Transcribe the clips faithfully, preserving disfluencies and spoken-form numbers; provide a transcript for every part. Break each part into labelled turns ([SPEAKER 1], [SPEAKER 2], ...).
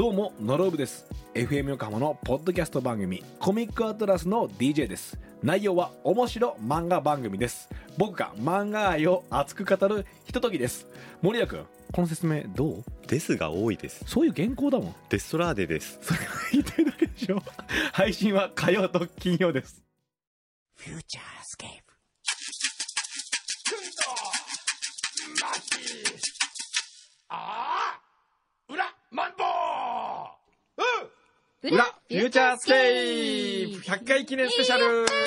[SPEAKER 1] どうもノロブです。 エフエム 横浜のポッドキャスト番組コミックアトラスの ディージェー です。内容は面白漫画番組です。僕が漫画愛を熱く語るひとときです。森谷君、この説明どう？
[SPEAKER 2] ですが多いです。
[SPEAKER 1] そういう原稿だもん。
[SPEAKER 2] デストラーデです。
[SPEAKER 1] それが言いたいだけでしょ。配信は火曜と金曜です。フューチャースケープ
[SPEAKER 3] ああ裏マンボウ
[SPEAKER 1] 裏フューチャースケープひゃっかい記念スペシャルって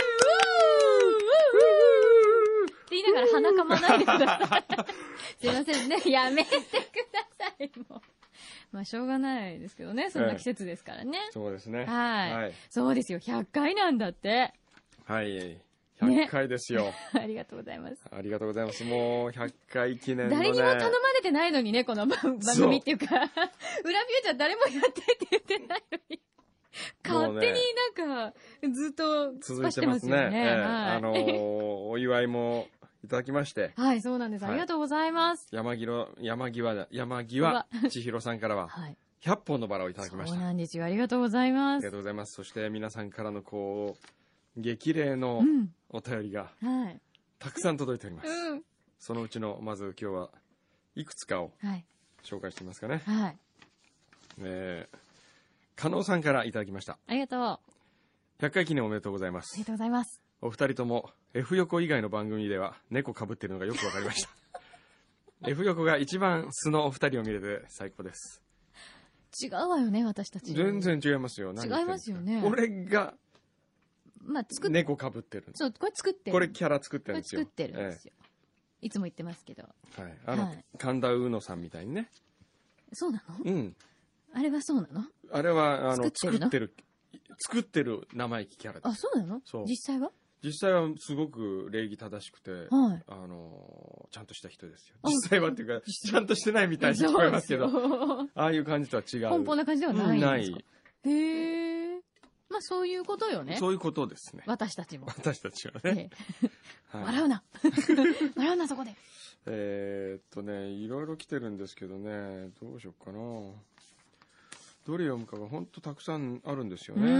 [SPEAKER 4] 言いながら鼻かまないでください。すいませんね。やめてください。もう。まあ、しょうがないですけどね。そんな季節ですからね。
[SPEAKER 3] ええ、そうですね。
[SPEAKER 4] はい。
[SPEAKER 3] はい。
[SPEAKER 4] そうですよ。ひゃっかいなんだって。
[SPEAKER 3] はい。ひゃっかいですよ。
[SPEAKER 4] ね、ありがとうございます。
[SPEAKER 3] ありがとうございます。もうひゃっかい記念のね。
[SPEAKER 4] 誰にも頼まれてないのにね、この番組っていうか。裏フューチャー誰もやってって言ってないのに。勝手になんか、ずっと突っ走ってますよね。
[SPEAKER 3] 続いてますね。ええ、はい、あのー、お祝いもいただきまして。
[SPEAKER 4] はい、そうなんです。ありがとうございます。
[SPEAKER 3] はい、山際、山際、山際千尋さんからは、はい、ひゃっぽんのバラをいただきました。
[SPEAKER 4] そうなんですよ。ありがとうございます。
[SPEAKER 3] ありがとうございます。そして皆さんからのこう、激励のお便りが、たくさん届いております。うん、そのうちの、まず今日はいくつかを紹介してみますかね。はい。えー加納さんからいただきました。
[SPEAKER 4] ありがとう。
[SPEAKER 3] ひゃっかい記念おめでとうございます。
[SPEAKER 4] ありがとうございます。
[SPEAKER 3] お二人とも F 横以外の番組では猫被っているのがよくわかりました。F 横が一番素のお二人を見れて最高です。
[SPEAKER 4] 違うわよね、私たち。
[SPEAKER 3] 全然違いますよ。
[SPEAKER 4] 違いますよね。
[SPEAKER 3] これが
[SPEAKER 4] まあ作っ
[SPEAKER 3] 猫被ってる。
[SPEAKER 4] そう、これ作ってる。
[SPEAKER 3] これキャラ作ってるんですよ。
[SPEAKER 4] これ作ってるんですよ。ええ、いつも言ってますけど。
[SPEAKER 3] はい。あの、はい、神田うのさんみたいにね。
[SPEAKER 4] そうなの？
[SPEAKER 3] うん。
[SPEAKER 4] あれはそうなの？あ
[SPEAKER 3] れは、あの、作ってる、作ってる生意気キャラです。
[SPEAKER 4] あ、そうなの？そう。実際は？
[SPEAKER 3] 実際はすごく礼儀正しくて、はい、あの、ちゃんとした人ですよ。実際はっていうか、ちゃんとしてないみたいに聞こえますけど、ああいう感じとは違う。
[SPEAKER 4] 奔放な感じではないんですか？
[SPEAKER 3] ない。
[SPEAKER 4] へー。まあそういうことよね。
[SPEAKER 3] そういうことですね。
[SPEAKER 4] 私たちも。
[SPEAKER 3] 私たちはね。
[SPEAKER 4] はい、笑うな。笑うな、そこで。
[SPEAKER 3] えっとね、いろいろ来てるんですけどね、どうしようかな。どれ読むかが本当たくさんあるんですよね。うん、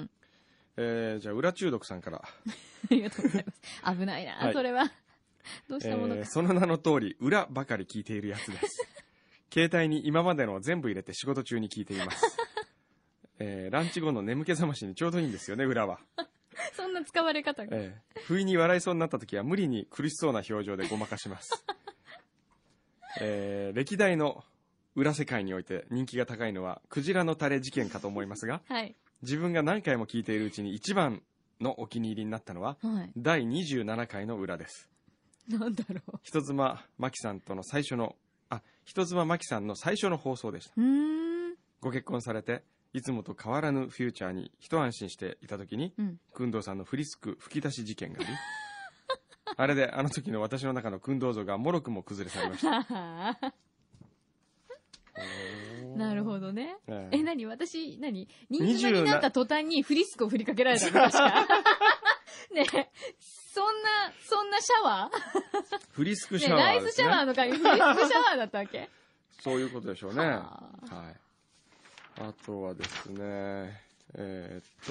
[SPEAKER 3] えー、じゃあ裏中毒さんから。
[SPEAKER 4] ありがとうございます。危ないな、はい、それは。どうしたものか、えー。
[SPEAKER 3] その名の通り裏ばかり聞いているやつです。携帯に今までのを全部入れて仕事中に聞いています。えー、ランチ後の眠気覚ましにちょうどいいんですよね、裏は。
[SPEAKER 4] そんな使われ方が。
[SPEAKER 3] えー、不意に笑いそうになった時は無理に苦しそうな表情でごまかします。えー、歴代の裏世界において人気が高いのはクジラのタレ事件かと思いますが、はい、自分が何回も聞いているうちに一番のお気に入りになったのは、はい、だいにじゅうななかいの裏です。
[SPEAKER 4] なんだろう。
[SPEAKER 3] 人妻真紀さんとの最初のあ人妻真紀さんの最初の放送でした。うーん、ご結婚されていつもと変わらぬフューチャーに一安心していた時に、うん、工藤さんのフリスク吹き出し事件がありあれであの時の私の中の工藤像がもろくも崩れ去りました。
[SPEAKER 4] なるほどね。ええ、何私、何人妻になった途端にフリスクを振りかけられたの確か。ねえ、そんな、そんなシャワー
[SPEAKER 3] フリスクシャワー、
[SPEAKER 4] ね、ライスシャワーの代わりにフリスクシャワーだったわけ？
[SPEAKER 3] そういうことでしょうね。はい。あとはですね、えー、っと、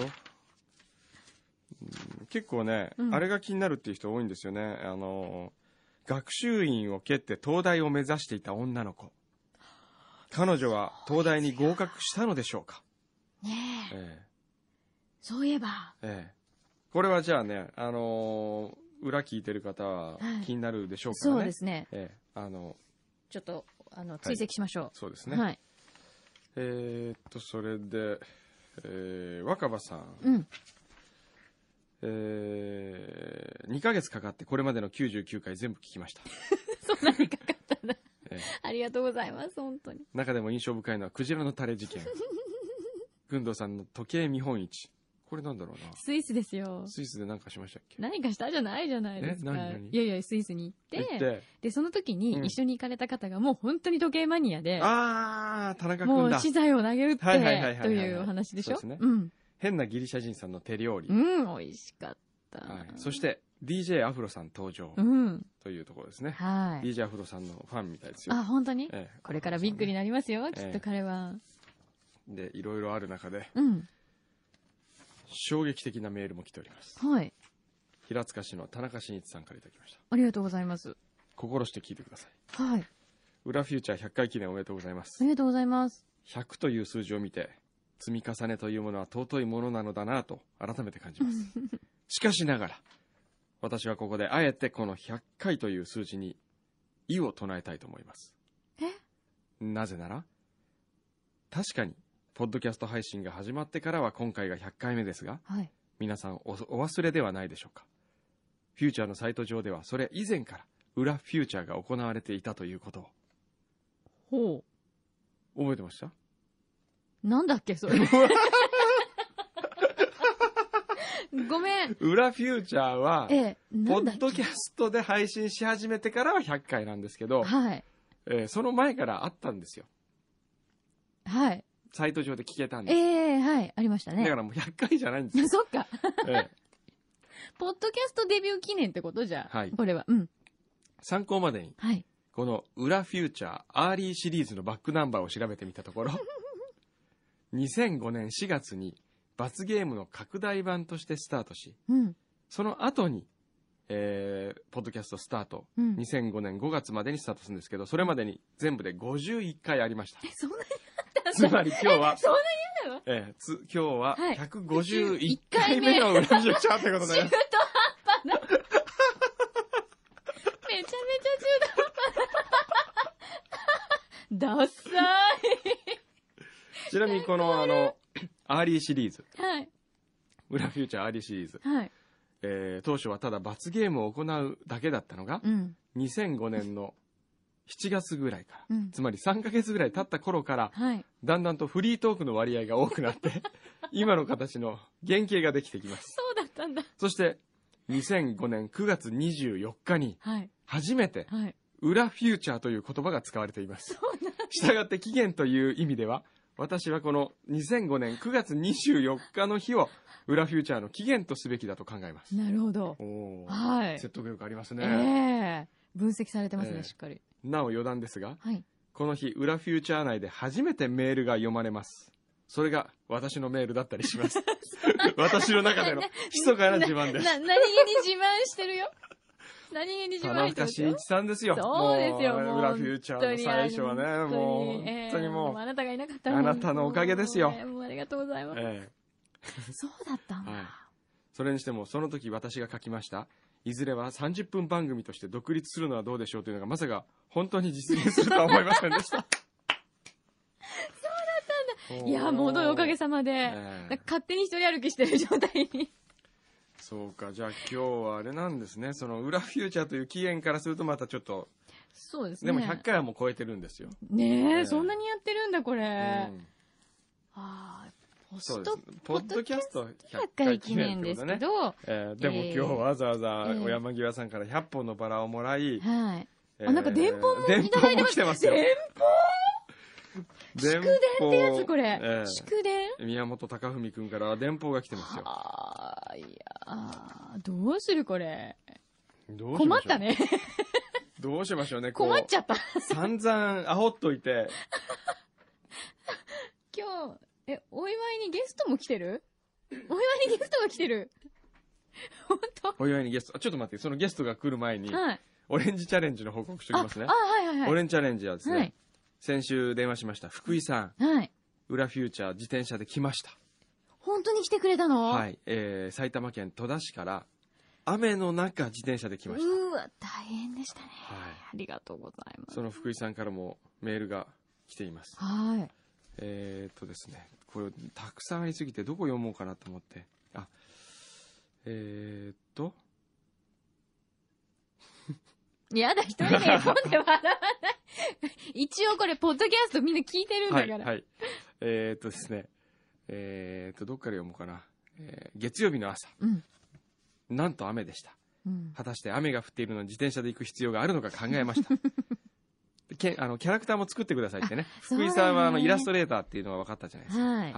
[SPEAKER 3] うん、結構ね、うん、あれが気になるっていう人多いんですよね。あの、学習院を蹴って東大を目指していた女の子。彼女は東大に合格したのでしょうか？
[SPEAKER 4] ねえ。ええ、そういえば。
[SPEAKER 3] ええ。これはじゃあね、あのー、裏聞いてる方は気になるでしょうからね。
[SPEAKER 4] そうですね。
[SPEAKER 3] ええ、あの、
[SPEAKER 4] ちょっと、あの、追跡しましょう。はい、
[SPEAKER 3] そうですね。はい。えー、っと、それで、えー、若葉さん。うん。えー、にかげつかかってこれまでのきゅうじゅうきゅうかい全部聞きました。
[SPEAKER 4] そんなにかかったんだ。ええ、ありがとうございます、本当に。
[SPEAKER 3] 中でも印象深いのはクジラのタレ事件。工藤さんの時計見本市。これなんだろうな。
[SPEAKER 4] スイスですよ。
[SPEAKER 3] スイスで何かしましたっけ？
[SPEAKER 4] 何かしたじゃないじゃないですか。
[SPEAKER 3] 何何？
[SPEAKER 4] いやいや、スイスに行って、行ってで、その時に一緒に行かれた方がもう本当に時計マニアで、
[SPEAKER 3] うん、あー、田中君だ。
[SPEAKER 4] もう資材を投げ打って、というお話でしょ？そうですね。うん。
[SPEAKER 3] 変なギリシャ人さんの手料理。
[SPEAKER 4] うん、美味しかった。
[SPEAKER 3] はい。そして、ディージェー アフロさん登場、うん、というところですね。はい。ディージェー アフロさんのファンみたいですよ。
[SPEAKER 4] あ、本当に？ええ、これからビッグになりますよ、きっと彼は。
[SPEAKER 3] でいろいろある中で、
[SPEAKER 4] うん、
[SPEAKER 3] 衝撃的なメールも来ております。
[SPEAKER 4] はい。
[SPEAKER 3] 平塚市の田中真一さんからいただきました。
[SPEAKER 4] ありがとうございます。
[SPEAKER 3] 心して聞いてください。
[SPEAKER 4] はい。
[SPEAKER 3] 裏フューチャーひゃっかい記念おめでとうございます。
[SPEAKER 4] ありがとうございます。
[SPEAKER 3] ひゃくという数字を見て、積み重ねというものは尊いものなのだなと改めて感じます。しかしながら、私はここであえてこのひゃっかいという数字に異を唱えたいと思います。
[SPEAKER 4] え？
[SPEAKER 3] なぜなら、確かにポッドキャスト配信が始まってからは今回がひゃっかいめですが、
[SPEAKER 4] はい、
[SPEAKER 3] 皆さん お, お忘れではないでしょうか。フューチャーのサイト上ではそれ以前から裏フューチャーが行われていたということを。
[SPEAKER 4] ほ
[SPEAKER 3] う。覚えてました？
[SPEAKER 4] なんだっけそれ。ごめん。
[SPEAKER 3] 裏フューチャーは、
[SPEAKER 4] ええ、
[SPEAKER 3] ポッドキャストで配信し始めてからはひゃっかいなんですけど、
[SPEAKER 4] はい。
[SPEAKER 3] えー、その前からあったんですよ。
[SPEAKER 4] はい。
[SPEAKER 3] サイト上で聞けたんです。
[SPEAKER 4] ええー、はい、ありましたね。
[SPEAKER 3] だからもうひゃっかいじゃないんですよ。
[SPEAKER 4] そっか。
[SPEAKER 3] ええ、
[SPEAKER 4] ポッドキャストデビュー記念ってことじゃ、
[SPEAKER 3] はい、
[SPEAKER 4] これは。うん。参
[SPEAKER 3] 考までに、
[SPEAKER 4] はい、
[SPEAKER 3] この裏フューチャーアーリーシリーズのバックナンバーを調べてみたところ、にせんごねんしがつに罰ゲームの拡大版としてスタートし、
[SPEAKER 4] うん、
[SPEAKER 3] その後に、えー、ポッドキャストスタート、うん、にせんごねんごがつまでにスタートするんですけど、それまでに全部でごじゅういっかいありました。
[SPEAKER 4] え、そんなにあったんだ。
[SPEAKER 3] つまり今日は、
[SPEAKER 4] そんなにあるの？
[SPEAKER 3] えー、つ今日はひゃくごじゅういっかいめの裏フューチャーってことで、
[SPEAKER 4] 中途半端な。めちゃめちゃ中途半端な。ダッサい。
[SPEAKER 3] ちなみにこのあのアーリーシリーズ、
[SPEAKER 4] はい、
[SPEAKER 3] 裏フューチャーアーリーシリーズ、
[SPEAKER 4] はい、
[SPEAKER 3] えー、当初はただ罰ゲームを行うだけだったのが、うん、にせんごねんのしちがつぐらいから、うん、つまりさんかげつぐらい経った頃から、はい、だんだんとフリートークの割合が多くなって今の形の原型ができてきます。
[SPEAKER 4] そうだったんだ。
[SPEAKER 3] そしてにせんごねんくがつにじゅうよっかに初めて、はい、裏フューチャーという言葉が使われています。したがって期限という意味では、私はこのにせんごねんくがつにじゅうよっかの日を裏フューチャーの期限とすべきだと考えます。
[SPEAKER 4] なるほど。
[SPEAKER 3] お、
[SPEAKER 4] はい、
[SPEAKER 3] 説得力ありますね。
[SPEAKER 4] えー、分析されてますね、
[SPEAKER 3] えー、し
[SPEAKER 4] っかり。
[SPEAKER 3] なお余談ですが、
[SPEAKER 4] はい、
[SPEAKER 3] この日裏フューチャー内で初めてメールが読まれます。それが私のメールだったりします。私の中での密かな自慢です。
[SPEAKER 4] な、な、何気に自慢してるよ。何気に自慢してるよ。
[SPEAKER 3] 田中真一さんですよ。
[SPEAKER 4] そうですよ、もう。
[SPEAKER 3] 裏フューチャーの最初はね、もう、本当にもう、
[SPEAKER 4] えー、あなたがいなかったら、
[SPEAKER 3] あなたのおかげですよ。
[SPEAKER 4] もう、もうありがとうございます。えー、そうだったんだ、はい。
[SPEAKER 3] それにしても、その時私が書きました、いずれはさんじゅっぷん番組として独立するのはどうでしょうというのが、まさか本当に実現するとは思いませんでした。
[SPEAKER 4] いや、もう本当におかげさまで、えー、勝手に一人歩きしてる状態に。
[SPEAKER 3] そうか、じゃあ今日はあれなんですね、その裏フューチャーという期限からするとまたちょっと、
[SPEAKER 4] そうですね。
[SPEAKER 3] でもひゃっかいはもう超えてるんですよ。
[SPEAKER 4] ねえ、えー、そんなにやってるんだ、これ。うん、ああ、ポスト、
[SPEAKER 3] ポッドキャスト
[SPEAKER 4] ひゃっかい記念ですけど、
[SPEAKER 3] えー、でも今日わざわざお山際さんからひゃっぽんのバラをもらい、
[SPEAKER 4] えー、はい。えー、あ、なんか電報もいただいてます。
[SPEAKER 3] 電報も来てますよ。
[SPEAKER 4] 電報祝電ってやつこれ、えー、祝電
[SPEAKER 3] 宮本隆文くんから電報が来てますよ。
[SPEAKER 4] ああ、いやどうするこれ。
[SPEAKER 3] どうしましょう。
[SPEAKER 4] 困ったね。
[SPEAKER 3] どうしましょうね。
[SPEAKER 4] 困っちゃった。
[SPEAKER 3] 散々あほっといて。
[SPEAKER 4] 今日、え、お祝いにゲストも来てる？お祝いにゲストが来てる。本当？
[SPEAKER 3] お祝いにゲスト、ちょっと待って、そのゲストが来る前に、
[SPEAKER 4] はい、
[SPEAKER 3] オレンジチャレンジの報告しておきますね。
[SPEAKER 4] あ、あ、はいはいはい。
[SPEAKER 3] オレンジチャレンジはですね、
[SPEAKER 4] はい、
[SPEAKER 3] 先週電話しました福井さん、
[SPEAKER 4] はい、
[SPEAKER 3] 裏フューチャー自転車で来ました。
[SPEAKER 4] 本当に来てくれたの？
[SPEAKER 3] はい、えー、埼玉県戸田市から雨の中自転車で来ました。
[SPEAKER 4] うわ、大変でしたね。はい、ありがとうございます。
[SPEAKER 3] その福井さんからもメールが来ています。
[SPEAKER 4] はい。
[SPEAKER 3] えー、っとですね、これたくさんありすぎてどこ読もうかなと思って、あ、えー、っと。
[SPEAKER 4] やだ、一人で読んで笑わない。一応これ、ポッドキャストみんな聞いてるんだから。
[SPEAKER 3] はい、はい。えー、っとですね、えー、っと、どっから読もうかな。えー、月曜日の朝、うん、なんと雨でした、うん。果たして雨が降っているのに自転車で行く必要があるのか考えました。けあのキャラクターも作ってくださいってね。福井さんはあのイラストレーターっていうのが分かったじゃないですか。はい。はい、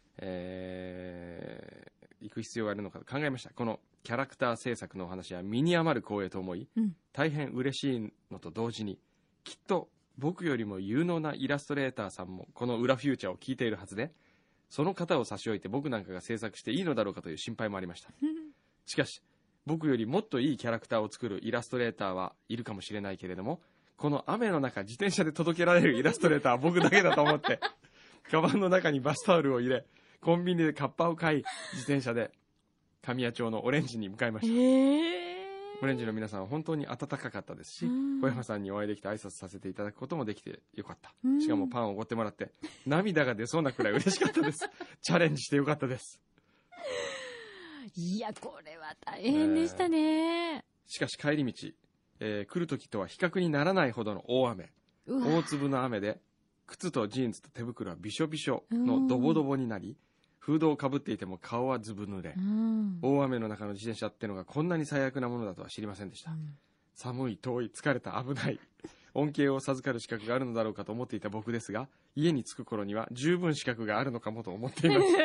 [SPEAKER 3] えー、行く必要があるのかと考えました。このキャラクター制作のお話は身に余る光栄と思い、うん、大変嬉しいのと同時にきっと僕よりも有能なイラストレーターさんもこの裏フューチャーを聞いているはずで、その方を差し置いて僕なんかが制作していいのだろうかという心配もありました。しかし僕よりもっといいキャラクターを作るイラストレーターはいるかもしれないけれども、この雨の中自転車で届けられるイラストレーターは僕だけだと思ってカバンの中にバスタオルを入れ、コンビニでカッパを買い、自転車で神谷町のオレンジに向かいました。オレンジの皆さんは本当に温かかったですし、小山さんにお会いできて挨拶させていただくこともできてよかった。しかもパンをおごってもらって涙が出そうなくらい嬉しかったです。チャレンジしてよかったです。
[SPEAKER 4] いや、これは大変でしたね。
[SPEAKER 3] えー、しかし帰り道、えー、来る時とは比較にならないほどの大雨、大粒の雨で靴とジーンズと手袋はびしょびしょのドボドボになり、フードをかぶっていても顔はずぶ濡れ、大雨の中の自転車ってのがこんなに最悪なものだとは知りませんでした。うん、寒い、遠い、疲れた、危ない、恩恵を授かる資格があるのだろうかと思っていた僕ですが、家に着く頃には十分資格があるのかもと思っています。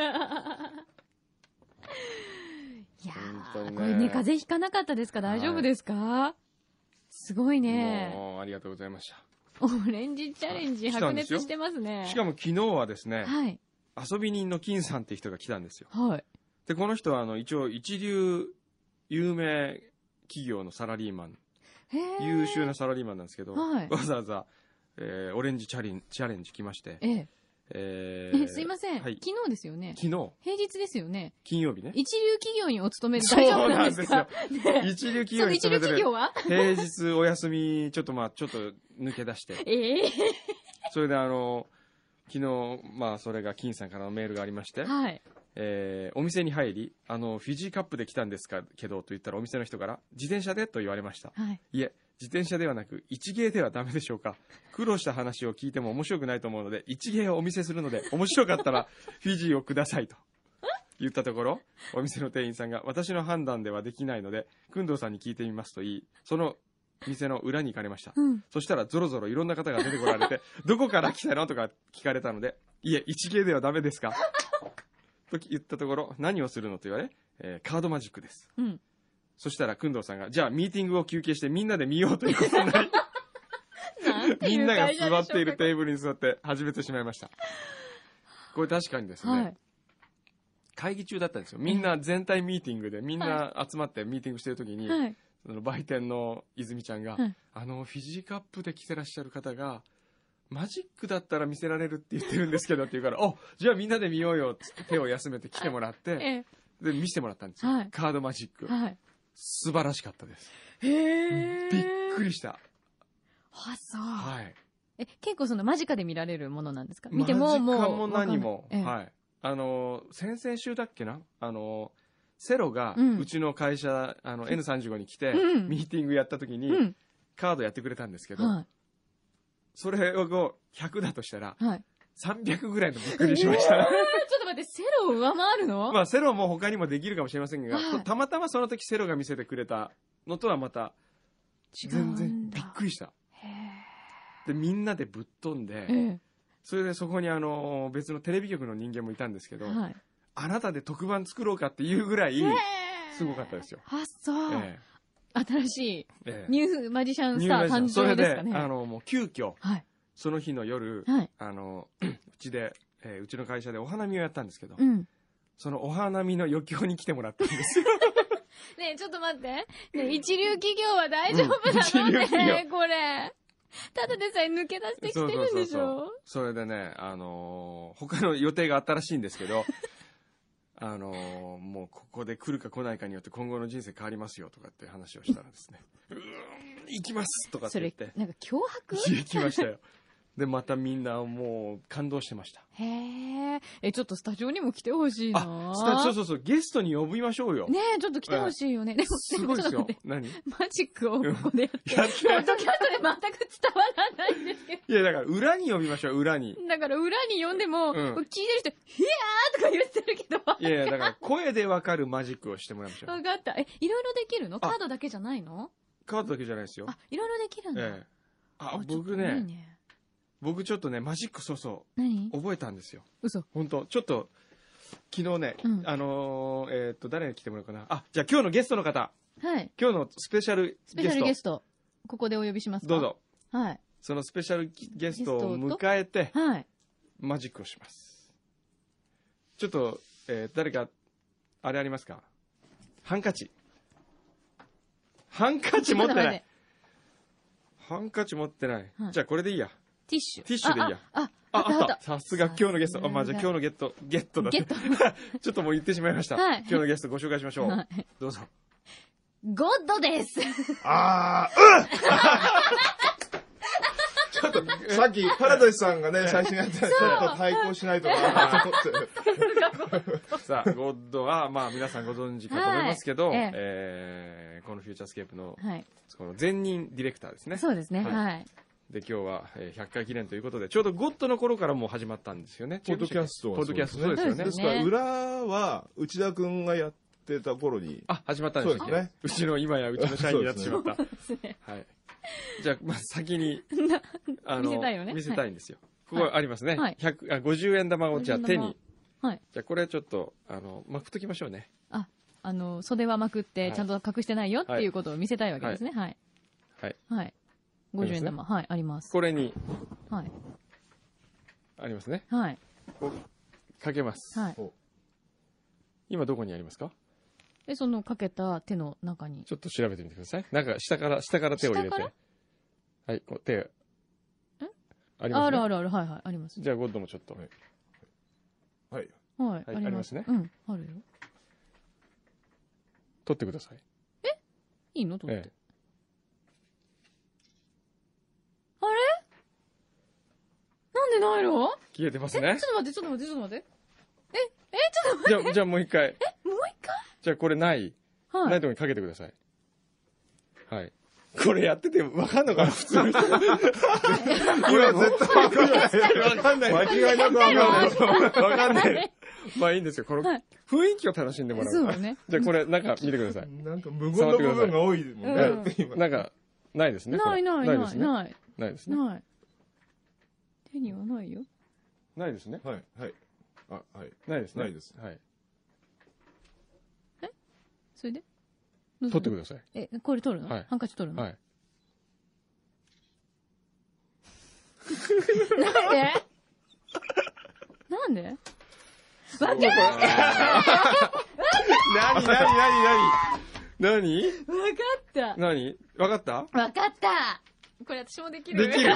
[SPEAKER 4] いやー、これね、風邪ひかなかったですか？大丈夫ですか？はい、すごいね。
[SPEAKER 3] もうありがとうございました。
[SPEAKER 4] オレンジチャレンジ白熱してますね。
[SPEAKER 3] しかも昨日はですね、
[SPEAKER 4] はい、
[SPEAKER 3] 遊び人の金さんっていう人が来たんですよ。
[SPEAKER 4] はい、
[SPEAKER 3] でこの人はあの一応一流有名企業のサラリーマン、優秀なサラリーマンなんですけど、はい、わざわざ、えー、オレンジチャレンチャレンジ来まして、
[SPEAKER 4] ええ
[SPEAKER 3] えー、
[SPEAKER 4] えすいません、はい、昨日ですよね。
[SPEAKER 3] 昨日
[SPEAKER 4] 平日ですよね。
[SPEAKER 3] 金曜日ね。
[SPEAKER 4] 一流企業にお勤めで大丈夫なんですか？
[SPEAKER 3] そうなんですよ、ね、一流企業に勤めてる。
[SPEAKER 4] 一流企業は
[SPEAKER 3] 平日お休みちょっとまあちょっと抜け出して、
[SPEAKER 4] えー、
[SPEAKER 3] それであの昨日まあそれが金さんからのメールがありまして、
[SPEAKER 4] はい、
[SPEAKER 3] えー、お店に入り、あのフィジーカップで来たんですかけどと言ったら、お店の人から自転車でと言われました。
[SPEAKER 4] はい、
[SPEAKER 3] いえ、自転車ではなく一芸ではダメでしょうか。苦労した話を聞いても面白くないと思うので、一芸をお見せするので面白かったらフィジーをくださいと言ったところ、お店の店員さんが私の判断ではできないので工藤さんに聞いてみますと言い、その店の裏に行かれました。うん、そしたらゾロゾロいろんな方が出てこられてどこから来たのとか聞かれたので、いえ、一芸ではダメですかと言ったところ、何をするのと言われ、えー、カードマジックです。うん、そしたら工藤さんが、じゃあミーティングを休憩してみんなで見ようということになりみんなが座っているテーブルに座って始めてしまいました。これ確かにですね、はい、会議中だったんですよ。みんな全体ミーティングでみんな集まってミーティングしてる時に、はい、その売店の泉ちゃんが、はい、あのフィジーカップで来てらっしゃる方がマジックだったら見せられるって言ってるんですけどって言うから、お、じゃあみんなで見ようよって手を休めて来てもらって、ええ、で見せてもらったんですよ、はい、カードマジック、はい、素晴らしかったです。
[SPEAKER 4] へー、
[SPEAKER 3] びっくりした。
[SPEAKER 4] あ、そう、
[SPEAKER 3] はい、
[SPEAKER 4] え、結構その間近で見られるものなんですか？見てももう
[SPEAKER 3] 間近も何も、ええ、はい、あの先々週だっけな、あのセロがうちの会社、うん、あの エヌさんじゅうご に来て、うん、ミーティングやった時に、うん、カードやってくれたんですけど、はい、それをひゃくだとしたら、はい、さんびゃくぐらいのびっくりしました、えー、ちょっ
[SPEAKER 4] と待って、セロを上回るの？
[SPEAKER 3] まあセロも他にもできるかもしれませんが、はい、たまたまその時セロが見せてくれたのとはまた全然びっくりした。でみんなでぶっ飛んで、えー、それでそこにあの別のテレビ局の人間もいたんですけど、はい、あなたで特番作ろうかっていうぐらいすごかったですよ。
[SPEAKER 4] あ、そう、えー、新しいニューマジシャンスター誕生ですかね。それで
[SPEAKER 3] あのもう急遽、はい、その日の夜、はい、あのうちで、えー、うちの会社でお花見をやったんですけど、うん、そのお花見の余興に来てもらったんですよ。
[SPEAKER 4] ねえ、ちょっと待って、ね、一流企業は大丈夫なのね、うん、これただでさえ抜け出してきてるんでしょ。そうそうそうそう、
[SPEAKER 3] それでね、あのー、他の予定があったらしいんですけどあのー、もうここで来るか来ないかによって今後の人生変わりますよとかって話をしたらですねうーん、行きますとかって言って、
[SPEAKER 4] それなんか脅迫
[SPEAKER 3] 行きましたよ。でまたみんなもう感動してました。
[SPEAKER 4] へえ、え、ちょっとスタジオにも来てほしいな。
[SPEAKER 3] あ、スタそうそうそう、ゲストに呼びましょうよ。
[SPEAKER 4] ねえ、ちょっと来てほしいよね。でも
[SPEAKER 3] すごいですよ。何？
[SPEAKER 4] マジックをここでやって、ポッドキャストで全く伝わらないんですけど。
[SPEAKER 3] いやだから裏に呼びましょう、裏に。
[SPEAKER 4] だから裏に呼んでも、うん、聞いてる人、ヒヤーとか言ってるけど。
[SPEAKER 3] いやいやだから声でわかるマジックをしてもらいましょう。
[SPEAKER 4] わかった。え、いろいろできるの？カードだけじゃないの？
[SPEAKER 3] カードだけじゃないですよ。
[SPEAKER 4] あ、いろいろできるんだ。ええ、
[SPEAKER 3] あ、僕ね。いいね、僕ちょっとねマジックそうそう
[SPEAKER 4] 何
[SPEAKER 3] 覚えたんですよ。
[SPEAKER 4] 嘘。
[SPEAKER 3] 本当ちょっと昨日ね、うん、あのー、えー、っと誰に来てもらうかなあ、じゃあ今日のゲストの方、
[SPEAKER 4] はい、
[SPEAKER 3] 今日のスペシャルゲスト
[SPEAKER 4] スペシャルゲストここでお呼びしますか。
[SPEAKER 3] どうぞ。
[SPEAKER 4] はい、
[SPEAKER 3] そのスペシャルゲストを迎えて、はい、マジックをします。ちょっと、えー、誰か、あれありますか？ハンカチ。ハンカチ持ってない。ハンカチ持ってない。はい、じゃあこれでいいや。
[SPEAKER 4] ティッシュ。
[SPEAKER 3] ティッシュでいいや。
[SPEAKER 4] あ、
[SPEAKER 3] あ、あった。さすが今日のゲスト。あ、まあ、じゃあ今日のゲット、ゲットだ。ゲット。ちょっともう言ってしまいました。はい、今日のゲストご紹介しましょう。はい、どうぞ。
[SPEAKER 4] ゴッドです。
[SPEAKER 5] あー、うんちょっと、さっき、パラダイスさんがね、最初にやったら、ちょっと対抗しないとなと思
[SPEAKER 3] って。さあ、ゴッドは、まあ、皆さんご存知かと思いますけど、はい、ええー、このフューチャースケープの、はい、この前任ディレクターですね。
[SPEAKER 4] そうですね。はい。はい、
[SPEAKER 3] で、今日はひゃっかい記念ということで、ちょうどゴッドの頃からもう始まったんですよね。
[SPEAKER 5] ポッドキャストは
[SPEAKER 3] ポッドキャスト、そうですよね。
[SPEAKER 5] ですから、裏は、内田くんがやってた頃に。
[SPEAKER 3] あ、始まったんですね。うちの、今やうちの社員になってしまった。はい。じゃあ、まあ、先に、
[SPEAKER 4] あの、見せたいよね。
[SPEAKER 3] 見せたいんですよ。ここありますね。はい。ひゃく、あ、ごじゅうえん玉をじゃあ手に。はい。じゃあ、これちょっと、あの、まくっときましょうね。
[SPEAKER 4] あ、あの、袖はまくって、ちゃんと隠してないよっていうことを見せたいわけですね。はい。はい。はい。ごじゅうえん玉。はい、あります。
[SPEAKER 3] これに。
[SPEAKER 4] はい。
[SPEAKER 3] ありますね。
[SPEAKER 4] はい。
[SPEAKER 3] かけます。はい。今どこにありますか？
[SPEAKER 4] え、そのかけた手の中に。
[SPEAKER 3] ちょっと調べてみてください。なんか下から、下から手を入れて。はい、こう手。えありますね。
[SPEAKER 4] あるあるある、はいはい、あります。
[SPEAKER 3] じゃあゴッドもちょっと。はい。
[SPEAKER 5] はい。
[SPEAKER 4] はい、ありますね。うん、あるよ。
[SPEAKER 3] 取ってください。
[SPEAKER 4] えいいの取って。あれなんでないの？
[SPEAKER 3] 消えてますね。
[SPEAKER 4] ちょっと待って、ちょっと待って、ちょっと待って。え、え、ちょっと待って。
[SPEAKER 3] じゃあ、じゃあもう一回。
[SPEAKER 4] え、もう一回？
[SPEAKER 3] じゃあこれない。はい。ないところにかけてください。はい。これやっててわかんのかな普通に。これ
[SPEAKER 5] 絶対わかんない。わかんない。間違いなくわかんない。
[SPEAKER 3] わかんない。まあいいんですよ。この雰囲気を楽しんでもらう。
[SPEAKER 4] そうね。
[SPEAKER 3] じゃあこれ中見てください。
[SPEAKER 5] なんか無言の部分が多いもんね。
[SPEAKER 3] なんか、ないですね。
[SPEAKER 4] ないないない。ない
[SPEAKER 3] ないですね。
[SPEAKER 4] ない。手にはないよ。
[SPEAKER 3] ないですね。
[SPEAKER 5] はい。はい。あ、はい。
[SPEAKER 3] ないですね。
[SPEAKER 5] ないです。
[SPEAKER 3] はい。
[SPEAKER 4] えそれで
[SPEAKER 3] 取ってください。
[SPEAKER 4] え、これ取るの？はい。ハンカチ取るの？
[SPEAKER 3] はい。
[SPEAKER 4] なんでなんでわかった何
[SPEAKER 3] 何何何何
[SPEAKER 4] わかった
[SPEAKER 3] 何わかった
[SPEAKER 4] わかったこれ私もできる
[SPEAKER 3] できる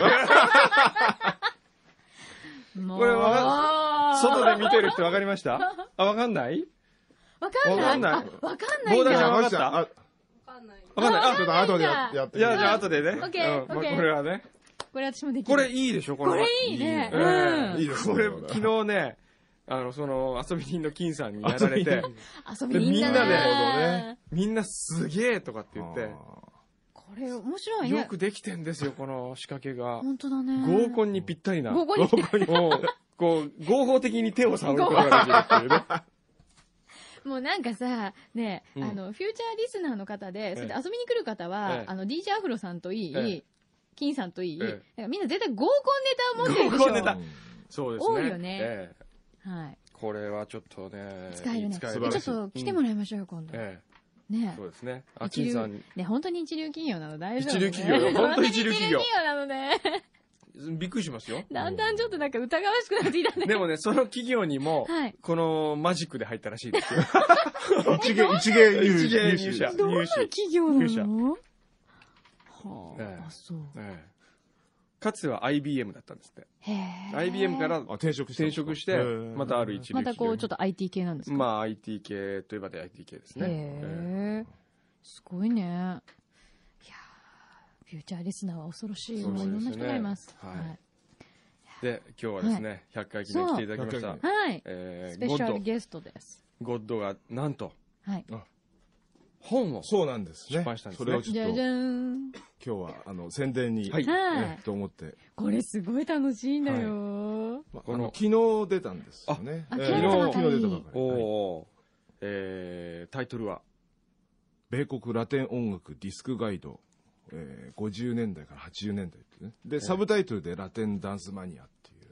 [SPEAKER 4] もう
[SPEAKER 3] これは、外で見てる人わかりましたあ、わかんない
[SPEAKER 4] わかんない。わかんない。わかんない。
[SPEAKER 3] ボーダーちゃんわかったわ
[SPEAKER 5] かんない。
[SPEAKER 3] わかんない。
[SPEAKER 5] あ、ちょっと後でやって。
[SPEAKER 3] いや、じゃあ後でね。
[SPEAKER 4] オッケー。
[SPEAKER 3] これはね。
[SPEAKER 4] これ私もできる。
[SPEAKER 3] これいいでしょこ
[SPEAKER 4] れいいね。
[SPEAKER 3] うん。いいですこれ、昨日ね、あの、その、遊び人の金さんにやられて。
[SPEAKER 4] 遊び人みんな
[SPEAKER 3] で、みんなすげえとかって言って。
[SPEAKER 4] これ面白いね。
[SPEAKER 3] よくできてんですよ、この仕掛けが。
[SPEAKER 4] 本当だね。
[SPEAKER 3] 合コンにぴったりな。
[SPEAKER 4] 合コンにぴったり。
[SPEAKER 3] こう、合法的に手を触ることができるっていうね。
[SPEAKER 4] もうなんかさ、ね、あの、フューチャーリスナーの方で、それで遊びに来る方は、あの、ディージェー アフロさんといい、金さんといい、みんな絶対合コンネタを持ってるでしょ。合コンネタ。そうですね。多いよね。はい。
[SPEAKER 3] これはちょっとね。
[SPEAKER 4] 使えるね。ちょっと来てもらいましょうよ、今度。ね。
[SPEAKER 3] そうですね。あ、金さんに。
[SPEAKER 4] ね、本当に一流企業なの大丈夫。
[SPEAKER 3] 一流企業よ。本当に一流企業。
[SPEAKER 4] 一流企業なのね。
[SPEAKER 3] びっくりしますよ。
[SPEAKER 4] だんだんちょっとなんか疑わしくなってきたね。
[SPEAKER 3] でもね、その企業にも、このマジックで入ったらしいですよ。
[SPEAKER 5] 一芸、一芸
[SPEAKER 3] 入社。入社。
[SPEAKER 4] どんな企業なの？は
[SPEAKER 3] あ、そう。かつては アイビーエム だったんですって。へ アイビーエム から転職して、またある一流企業。
[SPEAKER 4] またこうちょっと アイティー 系なんですか？
[SPEAKER 3] まあ アイティー 系といえばで アイティー 系ですね。
[SPEAKER 4] へえ。すごいね。いやフューチャーリスナーは恐ろしい。いろんな人がいます。はい。
[SPEAKER 3] で、今日はですね、ひゃっかい記念来ていただきました。
[SPEAKER 4] はい。スペシャルゲストです。
[SPEAKER 3] ゴッドが、なんと、
[SPEAKER 4] はい。
[SPEAKER 3] 本を
[SPEAKER 5] そうなんですね。
[SPEAKER 3] 出版したんですね。
[SPEAKER 5] それをちょっと、今日は、あの、宣伝に、はい。と思って。
[SPEAKER 4] これすごい楽しいんだよ。
[SPEAKER 5] この、昨日出たんですよね。
[SPEAKER 4] 昨日、
[SPEAKER 5] 昨日出たばかり。
[SPEAKER 3] おえタイトルは
[SPEAKER 5] 米国ラテン音楽ディスクガイド。えー、ごじゅうねんだいからはちじゅうねんだいってね。で、サブタイトルでラテンダンスマニアっていう。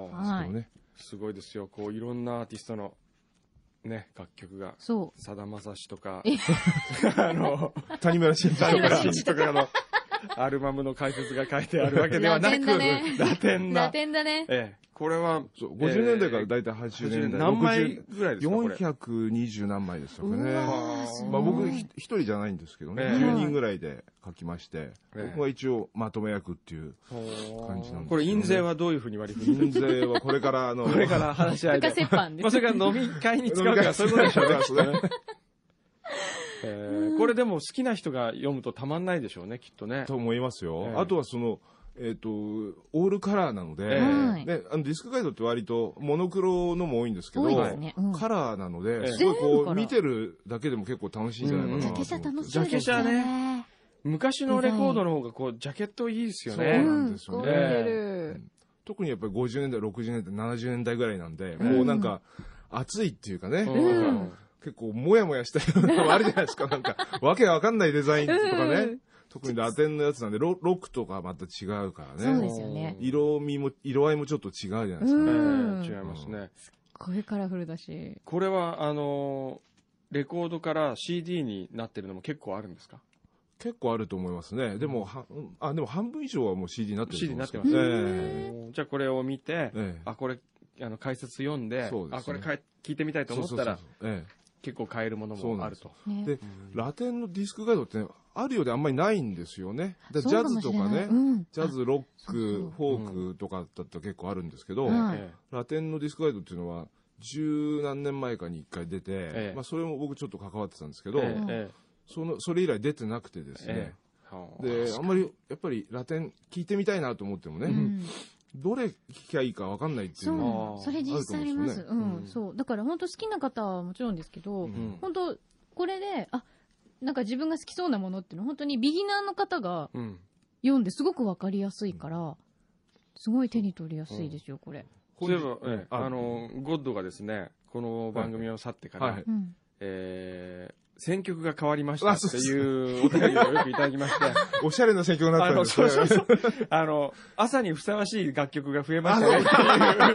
[SPEAKER 3] はい。すごいですよ。こう、いろんなアーティストの、ね、楽曲が。
[SPEAKER 4] そう。
[SPEAKER 3] さだまさしとか、あの、
[SPEAKER 5] 谷村新司
[SPEAKER 3] 谷村新司とかのアルバムの解説が書いてあるわけではなく、
[SPEAKER 4] ラテンだね。
[SPEAKER 3] ラテンな。
[SPEAKER 4] ラテンだね。
[SPEAKER 3] ええ。これは、
[SPEAKER 5] そうごじゅうねんだいからだいたいはちじゅうねんだい。
[SPEAKER 3] 何枚ぐらいですかこれ。
[SPEAKER 5] よんひゃくにじゅう何枚でしたかね。
[SPEAKER 4] ま
[SPEAKER 5] あ僕一人じゃないんですけどね、じゅうにんぐらいで書きまして、僕は一応まとめ役っていう感じなんです。
[SPEAKER 3] これ印税はどういうふうに割り振る？
[SPEAKER 5] 印税はこれからあの、
[SPEAKER 3] これから話し合いで。
[SPEAKER 4] 折半です。
[SPEAKER 3] まあそれから飲み会に使うからそういうことでしょうね。えー、これでも好きな人が読むとたまんないでしょうね、きっとね。
[SPEAKER 5] と思いますよ。
[SPEAKER 3] えー、
[SPEAKER 5] あとはその、えっと、オールカラーなので、
[SPEAKER 3] えー
[SPEAKER 5] ね、あのディスクガイドって割とモノクロのも多いんですけど、
[SPEAKER 4] ねうん、
[SPEAKER 5] カラーなので、
[SPEAKER 3] えー、
[SPEAKER 5] すごいこう見てるだけでも結構楽しいんじゃないかなと思って。
[SPEAKER 4] ジャケ写楽しいです
[SPEAKER 3] ね。ジャケ写ね。昔のレコードの方がこうジャケットいいですよね。
[SPEAKER 5] そうなんですよね。
[SPEAKER 4] え
[SPEAKER 5] ー、特にやっぱりごじゅうねんだい、ろくじゅうねんだい、ななじゅうねんだいぐらいなんで、もうなんか熱いっていうかね。
[SPEAKER 4] うん
[SPEAKER 5] 結構もやもやしたのもあるじゃないですか。なんか、わけわかんないデザインとかね。特にラテンのやつなんで、ロックとかまた違うからね。
[SPEAKER 4] そうですよね。
[SPEAKER 5] 色味も、色合いもちょっと違うじゃないですかね。
[SPEAKER 3] 違いますね。
[SPEAKER 4] すっごいカラフルだし。
[SPEAKER 3] これは、あの、レコードから シーディー になってるのも結構あるんですか？
[SPEAKER 5] 結構あると思いますね。でも、はあ、でも半分以上はもう シーディー になってると思います。
[SPEAKER 3] シーディー になってます。えー、じゃあこれを見て、えー、あ、これ、あの、解説読んで、でね、あ、これ聞いてみたいと思ったら、結構買えるものもあると。
[SPEAKER 5] で、ラテンのディスクガイドって、ね、あるようであんまりないんですよね。でジャズとかね、うん、ジャズ、ロック、フォークとかだったら結構あるんですけど、うん、ラテンのディスクガイドっていうのは、十何年前かに一回出て、ええ、まあそれも僕ちょっと関わってたんですけど、ええ、そのそれ以来出てなくてですね、え、で、あんまりやっぱりラテン聞いてみたいなと思ってもね、うんどれ聞きゃいいか分かんないっていうの
[SPEAKER 4] はそれ実際あります。うん、そう。だから本当好きな方はもちろんですけど、うん、本当これで、あ、なんか自分が好きそうなものっていうのは本当にビギナーの方が読んですごく分かりやすいから、すごい手に取りやすいですよ、これ。
[SPEAKER 3] そういえば、ええ、あの、ゴッドがですね、この番組を去ってから、はいはい、えー、選曲が変わりましたっていうお便りをよくいただきまして。
[SPEAKER 5] おしゃれな選曲になったんですね。
[SPEAKER 3] そうそうそう。あの、朝にふさわしい楽曲が増えましたねっていう。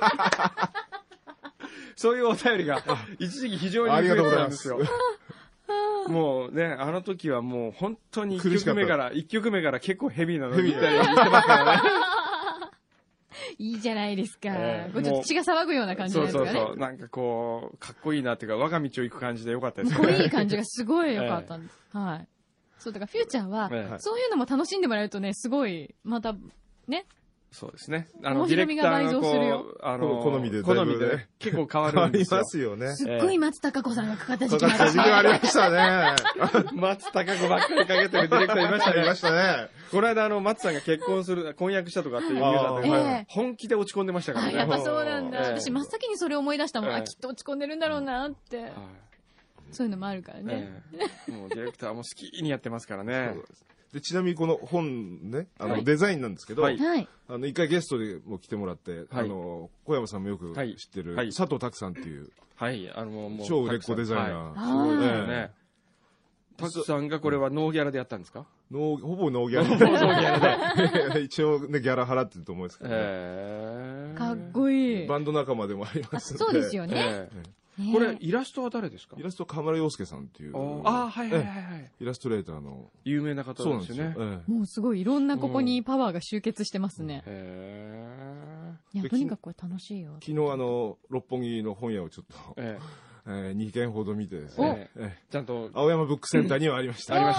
[SPEAKER 3] そういうお便りが一時期非常に増えてたんですよ。もうね、あの時はもう本当にいっきょくめから、いっきょくめから結構ヘビーなのを言ってますからね。
[SPEAKER 4] いいじゃないですか。えー、これちょっと血が騒ぐような感じなんですかね。
[SPEAKER 3] そうそうそう。なんかこう、かっこいいなっていうか、我が道を行く感じでよかったですね。
[SPEAKER 4] かっこいい感じがすごい良かったんです。えー、はい。そう、だからフューチャーは、えー、そういうのも楽しんでもらえるとね、すごい、また、ね。
[SPEAKER 3] そうですね。あの、ディレクターのこう、あの、
[SPEAKER 5] 好みで、
[SPEAKER 3] 好みで結構変わるんですよ。
[SPEAKER 5] 変わりますよね。
[SPEAKER 4] すっごい松たか子さんがかかった時期
[SPEAKER 5] がありました。時期がありましたね。
[SPEAKER 3] 松たか子ばっかりかけてるディレクターいましたね。
[SPEAKER 5] いましたね。
[SPEAKER 3] この間、あの、松さんが結婚する、婚約したとかっていうニュースだったんで、本気で落ち込んでましたからね。
[SPEAKER 4] やっぱそうなんだ。私、真っ先にそれ思い出したもん。あ、きっと落ち込んでるんだろうなって。そういうのもあるからね。
[SPEAKER 3] もうディレクターも好きにやってますからね。
[SPEAKER 5] でちなみにこの本ね、あのデザインなんですけど、はい、あの一回ゲストでも来てもらって、はい、あの小山さんもよく知ってる、はい、佐藤拓さんっていう、
[SPEAKER 3] はい、あのもう
[SPEAKER 5] 超売れっ子デザイナー、
[SPEAKER 3] すごいですよね。拓さんがこれはノーギャラでやったんですか？
[SPEAKER 5] ノーほぼノーギャラ。ノーギャラで一応ねギャラ払ってると思うんですけど、ね、
[SPEAKER 4] かっこいい。
[SPEAKER 5] バンド仲間でもありますので。
[SPEAKER 4] そうですよね。
[SPEAKER 3] これ、イラストは誰ですか？
[SPEAKER 5] イラスト、河村洋介さんっていう。
[SPEAKER 3] ああ、はいはいはいはい。
[SPEAKER 5] イラストレーターの。
[SPEAKER 3] 有名な方ですよね。
[SPEAKER 4] もうすごい、いろんなここにパワーが集結してますね。へえ。いや、とにかくこれ楽しいよ。
[SPEAKER 5] 昨日、あの、六本木の本屋をちょっと、ええ、にけんほど見てですね。
[SPEAKER 3] ちゃんと、
[SPEAKER 5] 青山ブックセンターにはありました。
[SPEAKER 3] ありました。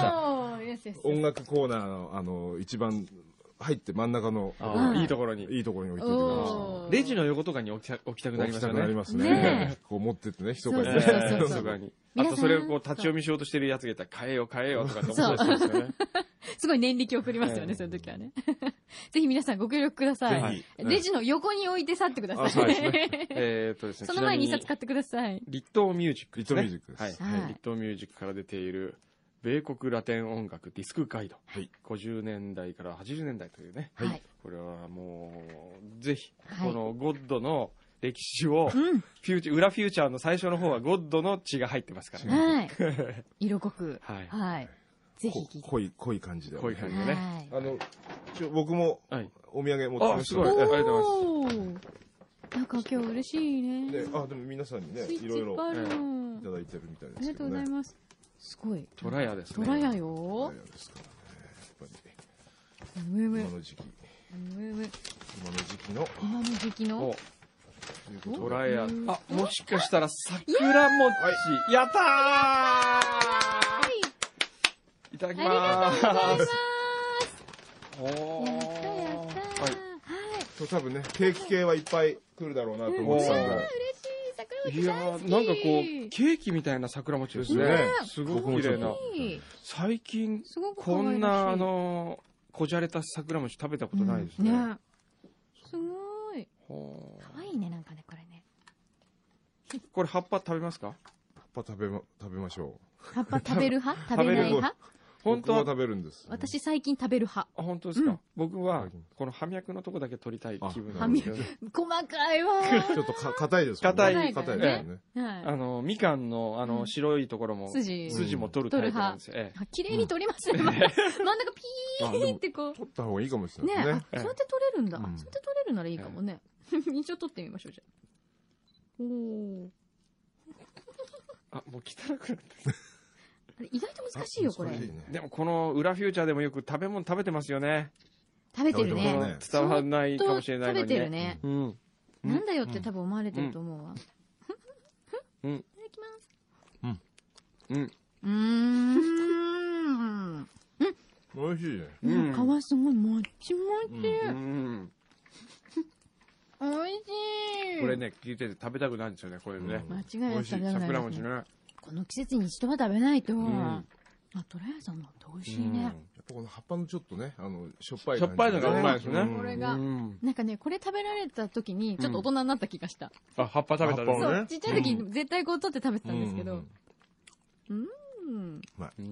[SPEAKER 5] 音楽コーナーの、あの、一番、入って真ん中の
[SPEAKER 3] いいところに
[SPEAKER 5] いいところに置いておきました。
[SPEAKER 3] レジの横とかに置きた置きたくなりますよね。
[SPEAKER 5] 置きたくなりますね。こう持ってってね、密かにね。
[SPEAKER 3] 密かに。あとそれをこう立ち読みしようとしてるやつがいたら変えよう変えようとかって思ったりするんですよね。
[SPEAKER 4] すごい念力を送りますよね、そういう時はね。ぜひ皆さんご協力ください。レジの横に置いて去ってください。
[SPEAKER 3] えっとですね。
[SPEAKER 4] その前に一冊買ってください。
[SPEAKER 3] 立東ミュージック。
[SPEAKER 5] 立東ミュージックです。
[SPEAKER 3] はい。立東ミュージックから出ている。米国ラテン音楽ディスクガイド、はい、ごじゅうねんだいからはちじゅうねんだいというね、はい、これはもうぜひ、はい、このゴッドの歴史を、うん、フューチ裏フューチャーの最初の方はゴッドの血が入ってますからね、
[SPEAKER 4] はい、色濃く、はい、はい、ぜひ
[SPEAKER 5] 濃い濃い感じで
[SPEAKER 3] 濃い感じでね、はい、
[SPEAKER 5] あの僕もお土産持ってきました。
[SPEAKER 3] あ、すごい、ありがとうございます。
[SPEAKER 4] なんか今日嬉しいね。
[SPEAKER 5] ね、あ、でも皆さんにねいろいろいただいてるみたいですけどね。
[SPEAKER 4] ありがとうございます。すごい。
[SPEAKER 3] トラヤですね。
[SPEAKER 4] トラヤよ。
[SPEAKER 5] トラヤですからね。やっぱり。
[SPEAKER 4] むむ
[SPEAKER 5] 今の時期。
[SPEAKER 4] むむ
[SPEAKER 5] 今の時期の。
[SPEAKER 4] 今の時期の。
[SPEAKER 3] トライアン。あ、もしかしたら桜餅。やったーいただきまーす。
[SPEAKER 4] ありがとうございます。
[SPEAKER 3] おー。
[SPEAKER 4] やったやった。はい。
[SPEAKER 5] そう多分ね、ケーキ系はいっぱい来るだろうなと思ってたんで。
[SPEAKER 4] 嬉しい。桜餅
[SPEAKER 3] いや
[SPEAKER 4] 大好き。
[SPEAKER 3] ー、なんかこう、ケーキみたいな桜餅ですね。すごく綺麗な。最近、こんな、あの、こじゃれた桜餅食べたことないですね。
[SPEAKER 4] ね。すごい。かわいいね、なんかね、これね。
[SPEAKER 3] これ葉っぱ食べますか？
[SPEAKER 5] 葉っぱ食べま、食べましょ
[SPEAKER 4] う。葉っぱ食べる派食べない派
[SPEAKER 5] 本当は食べるんです。
[SPEAKER 4] 私最近食べる派。
[SPEAKER 3] あ、本当ですか？僕は、この葉脈のとこだけ取りたい気分なんですけど。
[SPEAKER 4] 細かいわ。
[SPEAKER 5] ちょっとか、硬いです
[SPEAKER 3] もんね。硬
[SPEAKER 5] い。硬いですね。
[SPEAKER 3] あの、みかんの、あの、白いところも、筋も取るタイプなんですよ。
[SPEAKER 4] 綺麗に取りますね。真ん中ピーってこう。
[SPEAKER 5] 取った方がいいかもしれないね。
[SPEAKER 4] ね、そうやって取れるんだ。そうやって取れるならいいかもね。一応取ってみましょう、じゃあ。おー。
[SPEAKER 3] あ、もう汚くなって。
[SPEAKER 4] 意外と難しいよ、これ。
[SPEAKER 3] でもこの裏フューチャーでもよく食べ物食べてますよね。
[SPEAKER 4] 食べてるね。
[SPEAKER 3] 伝わらないかもしれないのに。
[SPEAKER 4] 食べてるね。なんだよって多分思われてると思うわ。
[SPEAKER 3] うん。
[SPEAKER 4] いただきます。
[SPEAKER 3] うん。うん。
[SPEAKER 4] うーん。
[SPEAKER 5] 美味しいね。
[SPEAKER 4] うん。皮すごいもちもち。うん。美味しい。
[SPEAKER 3] これね、聞いてて食べたくなるんですよね、これね。
[SPEAKER 4] 間違いなく食べたくなる。
[SPEAKER 3] 桜餅ね。
[SPEAKER 4] この季節に一度は食べないと。あ、トラヤさんの美味しいね。
[SPEAKER 5] やっぱこの葉っぱのちょっとね、あの、しょっぱい
[SPEAKER 3] 感じ。しょっぱいのがうまいですね。
[SPEAKER 4] これが。なんかね、これ食べられた時に、ちょっと大人になった気がした。
[SPEAKER 3] あ、葉っぱ食べた
[SPEAKER 4] のね。そう、ちっちゃい時絶対こう取って食べてたんですけど。うん。う
[SPEAKER 5] まい。
[SPEAKER 4] うん。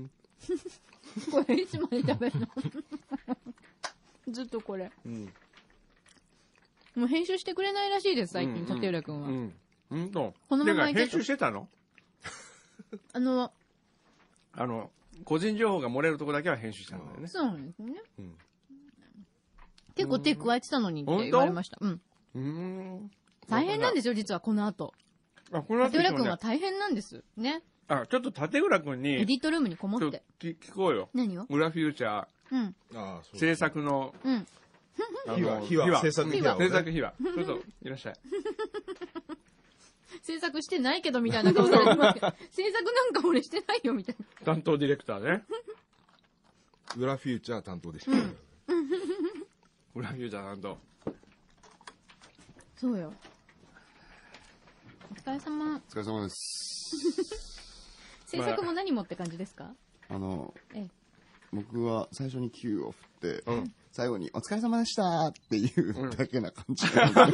[SPEAKER 4] これいつまで食べるの？ずっとこれ。もう編集してくれないらしいです、最近、立浦くんは。
[SPEAKER 3] うん。こ
[SPEAKER 4] のまま
[SPEAKER 3] 編集してたの？
[SPEAKER 4] あの、
[SPEAKER 3] あの、個人情報が漏れるとこだけは編集したんだよね。
[SPEAKER 4] そうなんですね。結構手加えてたのにって言われました。うん。大変なんですよ、実はこの後。
[SPEAKER 3] あ、この後。
[SPEAKER 4] 立浦くんは大変なんです。ね。
[SPEAKER 3] あ、ちょっと立浦くんに。
[SPEAKER 4] エディットルームにこもって。
[SPEAKER 3] 聞こうよ。
[SPEAKER 4] 何を？
[SPEAKER 3] 裏フューチャー。
[SPEAKER 4] うん。
[SPEAKER 3] 制作の。
[SPEAKER 4] うん。
[SPEAKER 5] 秘話、秘話、制作秘話。
[SPEAKER 3] 制作秘話。ちょっと、いらっしゃい。
[SPEAKER 4] 制作してないけどみたいな顔されてますけど、制作なんか俺してないよみたいな。
[SPEAKER 3] 担当ディレクターね。
[SPEAKER 5] 裏フューチャー担当でした。
[SPEAKER 3] 裏フューチャー担当。
[SPEAKER 4] そうよ。お疲れ様。
[SPEAKER 6] お疲れ様です。
[SPEAKER 4] 制作も何もって感じですか？
[SPEAKER 6] あの、
[SPEAKER 4] ええ、
[SPEAKER 6] 僕は最初に Q を振って、うん、最後にお疲れ様でしたっていうだけな感じ。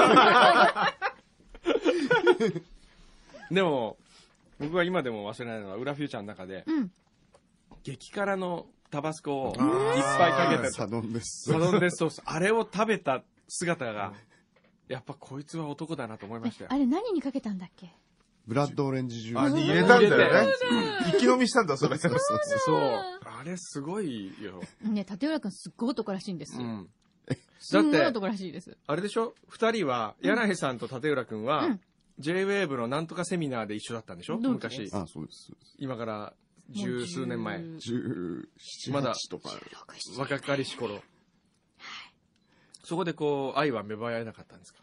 [SPEAKER 3] でも、僕は今でも忘れないのは、裏フューチャーの中で、うん、激辛のタバスコをいっぱいかけて、
[SPEAKER 6] サドンデス。
[SPEAKER 3] サドンデスソース。あれを食べた姿が、やっぱこいつは男だなと思いましたよ。
[SPEAKER 4] あれ何にかけたんだっけ？
[SPEAKER 6] ブラッドオレンジジュース。
[SPEAKER 5] あ、に入れたんだよね。一気飲みしたんだ、それ。
[SPEAKER 3] そうそうそう。あれすごいよ。
[SPEAKER 4] ね、立浦くんすっごい男らしいんですよ。うん、
[SPEAKER 3] すっ
[SPEAKER 4] ごい男らしいです。
[SPEAKER 3] あれでしょ？二人は、柳井さんと立浦くんは、うん、ジェイウェーブ のなんとかセミナーで一緒だったんでしょ？昔。
[SPEAKER 6] あ、そうです。
[SPEAKER 3] 今から十数年前。
[SPEAKER 6] 十七、まだとか。
[SPEAKER 3] 若かりし頃。はい。そこでこう、愛は芽生えなかったんですか？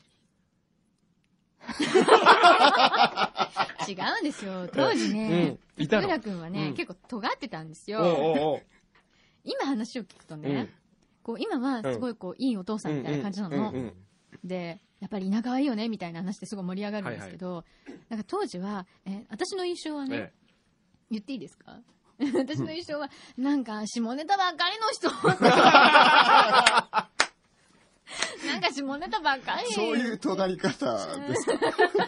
[SPEAKER 4] 違うんですよ。当時ね、立浦くんはね、結構尖ってたんですよ。今話を聞くとね、こう今はすごいこういいお父さんみたいな感じなの。で、やっぱり田舎はいいよねみたいな話ですごい盛り上がるんですけど、なんか当時は、え、私の印象はね、言っていいですか？私の印象は、なんか下ネタばっかりの人。なんか下ネタばっかり。
[SPEAKER 6] そういう尖り方ですか？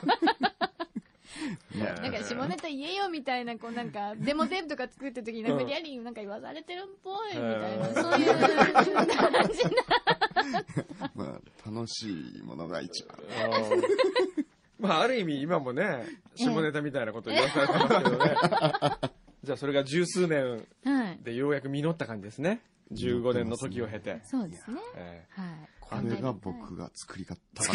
[SPEAKER 4] なんか下ネタ言えよみたいな、こうなんか、デモテープとか作った時に、なんかリアリーなんか言わされてるっぽいみたいな、そういう感じな。
[SPEAKER 6] まあ、楽しいものが一番。
[SPEAKER 3] まあ、ある意味今もね、下ネタみたいなこと言わされてますけどね。じゃあそれが十数年でようやく実った感じですね。じゅうごねんの時を経て。
[SPEAKER 4] そうですね。はい。
[SPEAKER 6] これが僕が作り方。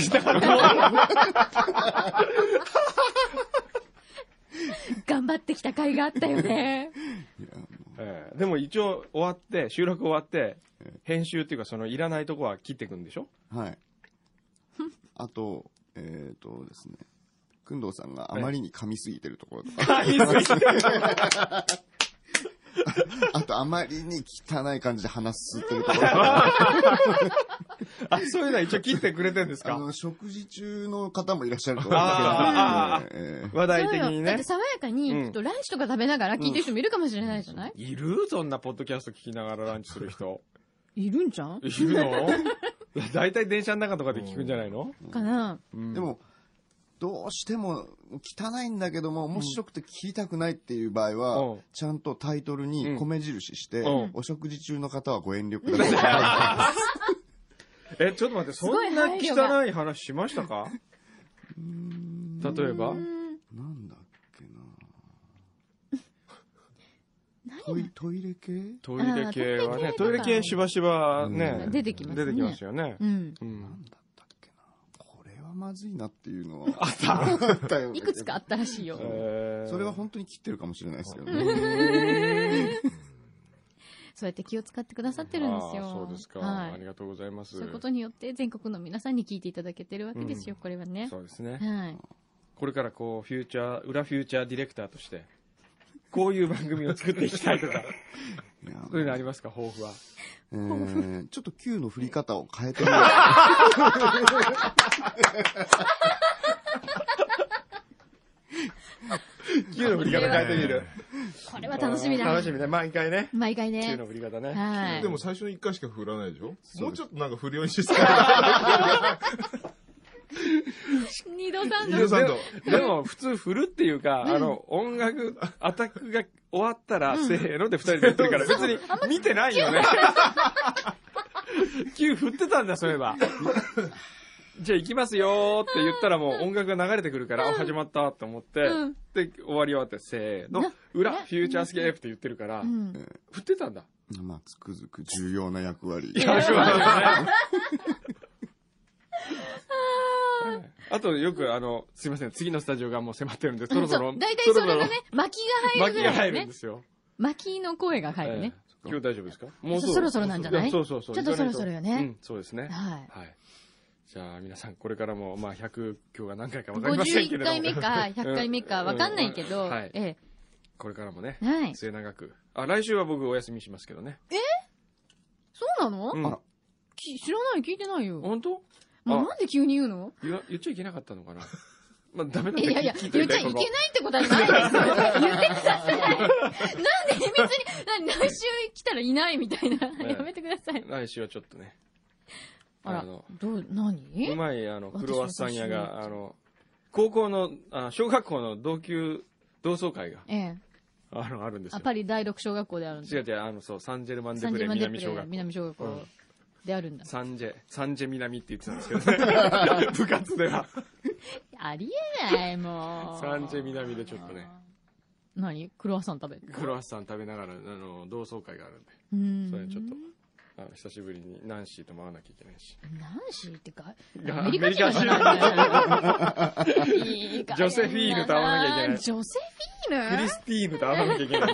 [SPEAKER 4] 頑張ってきた甲斐があったよね。
[SPEAKER 3] でも一応終わって、収録終わって、 編集っていうか、そのいらないとこは切っていくんでしょ？
[SPEAKER 6] はい。あと、えっとですね、工藤さんがあまりに噛みすぎてるところとか。噛みすぎてるあと、あまりに汚い感じで話してるところとか。
[SPEAKER 3] あ、そういうのは一応切ってくれてるんですか？
[SPEAKER 6] あの、食事中の方もいらっしゃると思うんですけど、あ
[SPEAKER 3] えー、話題的にね。
[SPEAKER 4] だって爽やかに、きっとランチとか食べながら聞いてる人もいるかもしれないじゃない？
[SPEAKER 3] うん、いる？そんなポッドキャスト聞きながらランチする人。
[SPEAKER 4] いるんじゃん？
[SPEAKER 3] いるの？大体電車の中とかで聞くんじゃないの？
[SPEAKER 4] かな、
[SPEAKER 6] うん、でも、どうしても汚いんだけども面白くて聞きたくないっていう場合は、うん、ちゃんとタイトルに米印して、うん、お食事中の方はご遠慮くださ
[SPEAKER 3] い。え、ちょっと待って、そんな汚い話しましたか？例えば
[SPEAKER 6] なんだっけなトイ、トイレ系
[SPEAKER 3] トイレ系はね、トイレ系しばしばね、
[SPEAKER 4] うん、出てきますね。
[SPEAKER 3] 出てきますよね。うん。
[SPEAKER 6] うん、なんだったっけなこれはまずいなっていうのはあったあったよ、ね。
[SPEAKER 4] いくつかあったらしいよ。
[SPEAKER 6] それは本当に切ってるかもしれないですけどね。
[SPEAKER 4] そうやって気を使ってくださってるんですよ。
[SPEAKER 3] そうですか、はい。ありがとうございます。
[SPEAKER 4] そういうことによって全国の皆さんに聞いていただけてるわけですよ、うん、これはね。
[SPEAKER 3] そうですね。
[SPEAKER 4] はい。
[SPEAKER 3] これからこう、フューチャー、裏フューチャーディレクターとして、こういう番組を作っていきたいとか、そういうのありますか、抱負は。
[SPEAKER 6] えー、ちょっと Q の振り方を変えてみよう。
[SPEAKER 3] Q の振り方変えてみる。
[SPEAKER 4] これは楽しみだ。
[SPEAKER 3] 楽しみね。毎回ね。
[SPEAKER 4] 毎回ね。
[SPEAKER 3] Q の振り方ね。
[SPEAKER 4] はい。
[SPEAKER 5] でも最初にいっかいしか振らないでしょ？もうちょっとなんか振るようにして
[SPEAKER 4] 二度三
[SPEAKER 5] 度。二度三度。
[SPEAKER 3] でも普通振るっていうか、あの、音楽、アタックが終わったら、せーので二人でやってるから、別に見てないよね。Q 振ってたんだ、そういえば。じゃあ行きますよーって言ったらもう音楽が流れてくるから、うん、始まったと思って、うん、で、終わり終わって、せーの、裏、フューチャースケープって言ってるから、うん、振ってたんだ。
[SPEAKER 6] まあ、つくづく重要な役割。
[SPEAKER 3] 役割だね。あとよくあの、すいません、次のスタジオがもう迫ってるんで、そろそろ。
[SPEAKER 4] 大体それがね、巻きが入るぐらい、ね。
[SPEAKER 3] 巻きが入るんですよ。
[SPEAKER 4] 巻きの声が入るね。
[SPEAKER 3] えー、今日大丈夫ですか？
[SPEAKER 4] もうそろそろなんじゃない？
[SPEAKER 3] そうそうそう。
[SPEAKER 4] ちょっとそろそろよね。
[SPEAKER 3] うん、そうですね。はい。はい。じゃあ皆さんこれからもまあひゃく今日が何回か分かりませんけれども
[SPEAKER 4] ごじゅういっかいめかひゃっかいめか分かんないけど、
[SPEAKER 3] はい、ええ、これからもね、
[SPEAKER 4] はい、
[SPEAKER 3] 末永く。あ、来週は僕お休みしますけどね。
[SPEAKER 4] え？そうなの？
[SPEAKER 3] うん、あ
[SPEAKER 4] 知らない、聞いてないよ。
[SPEAKER 3] 本当？
[SPEAKER 4] もうなんで急に言うの？
[SPEAKER 3] 言言っちゃいけなかったのかな。まあダメだった。
[SPEAKER 4] いやいや、言っちゃいけないってことはないですよ。言ってください。なんで別に、何、来週来たらいないみたいな。やめてください。
[SPEAKER 3] 来週はちょっとね。
[SPEAKER 4] あら、どう、何？
[SPEAKER 3] うまい、あの、クロワッサン屋が、あの、高校の、あ小学校の同級、同窓会が、ええ、あの、あるんですよ。
[SPEAKER 4] パリ第六小学校であるんですよ。
[SPEAKER 3] 違う違う、あの、そう、サンジェルマンデプレ南小学校。
[SPEAKER 4] 南小学校であるんだ。
[SPEAKER 3] サンジェ、サンジェ南って言ってたんですけどね。部活では。
[SPEAKER 4] ありえない、もう。
[SPEAKER 3] サンジェ南でちょっとね。
[SPEAKER 4] 何？クロワッサン食べる？
[SPEAKER 3] クロワッサン食べながら、あの、同窓会があるんで。うん。それちょっと。あの久しぶりにナンシーとも会わなきゃいけないし。
[SPEAKER 4] ナンシーってか、アメリカ人じゃないね。
[SPEAKER 3] ジョセフィーヌと会わなきゃいけない。
[SPEAKER 4] ジョセフィーヌ？
[SPEAKER 3] クリスティーヌと会わなきゃいけない。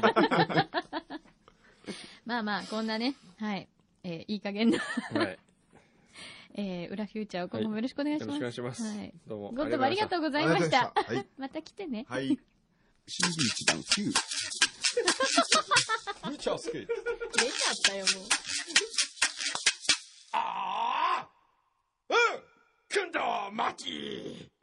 [SPEAKER 4] まあまあ、こんなね、はい、えー、いい加減な。はい。えー、裏フューチャーを今後もよろしくお願いします。
[SPEAKER 3] よろしくお願いします。はい。どうも。
[SPEAKER 4] ゴッドもありがとうございました。はい。また来てね。
[SPEAKER 6] はい。シーディーいちだんきゅう。
[SPEAKER 3] フューチャースケープ。
[SPEAKER 4] 出ちゃったよ、もう。
[SPEAKER 3] ああうんくんどまき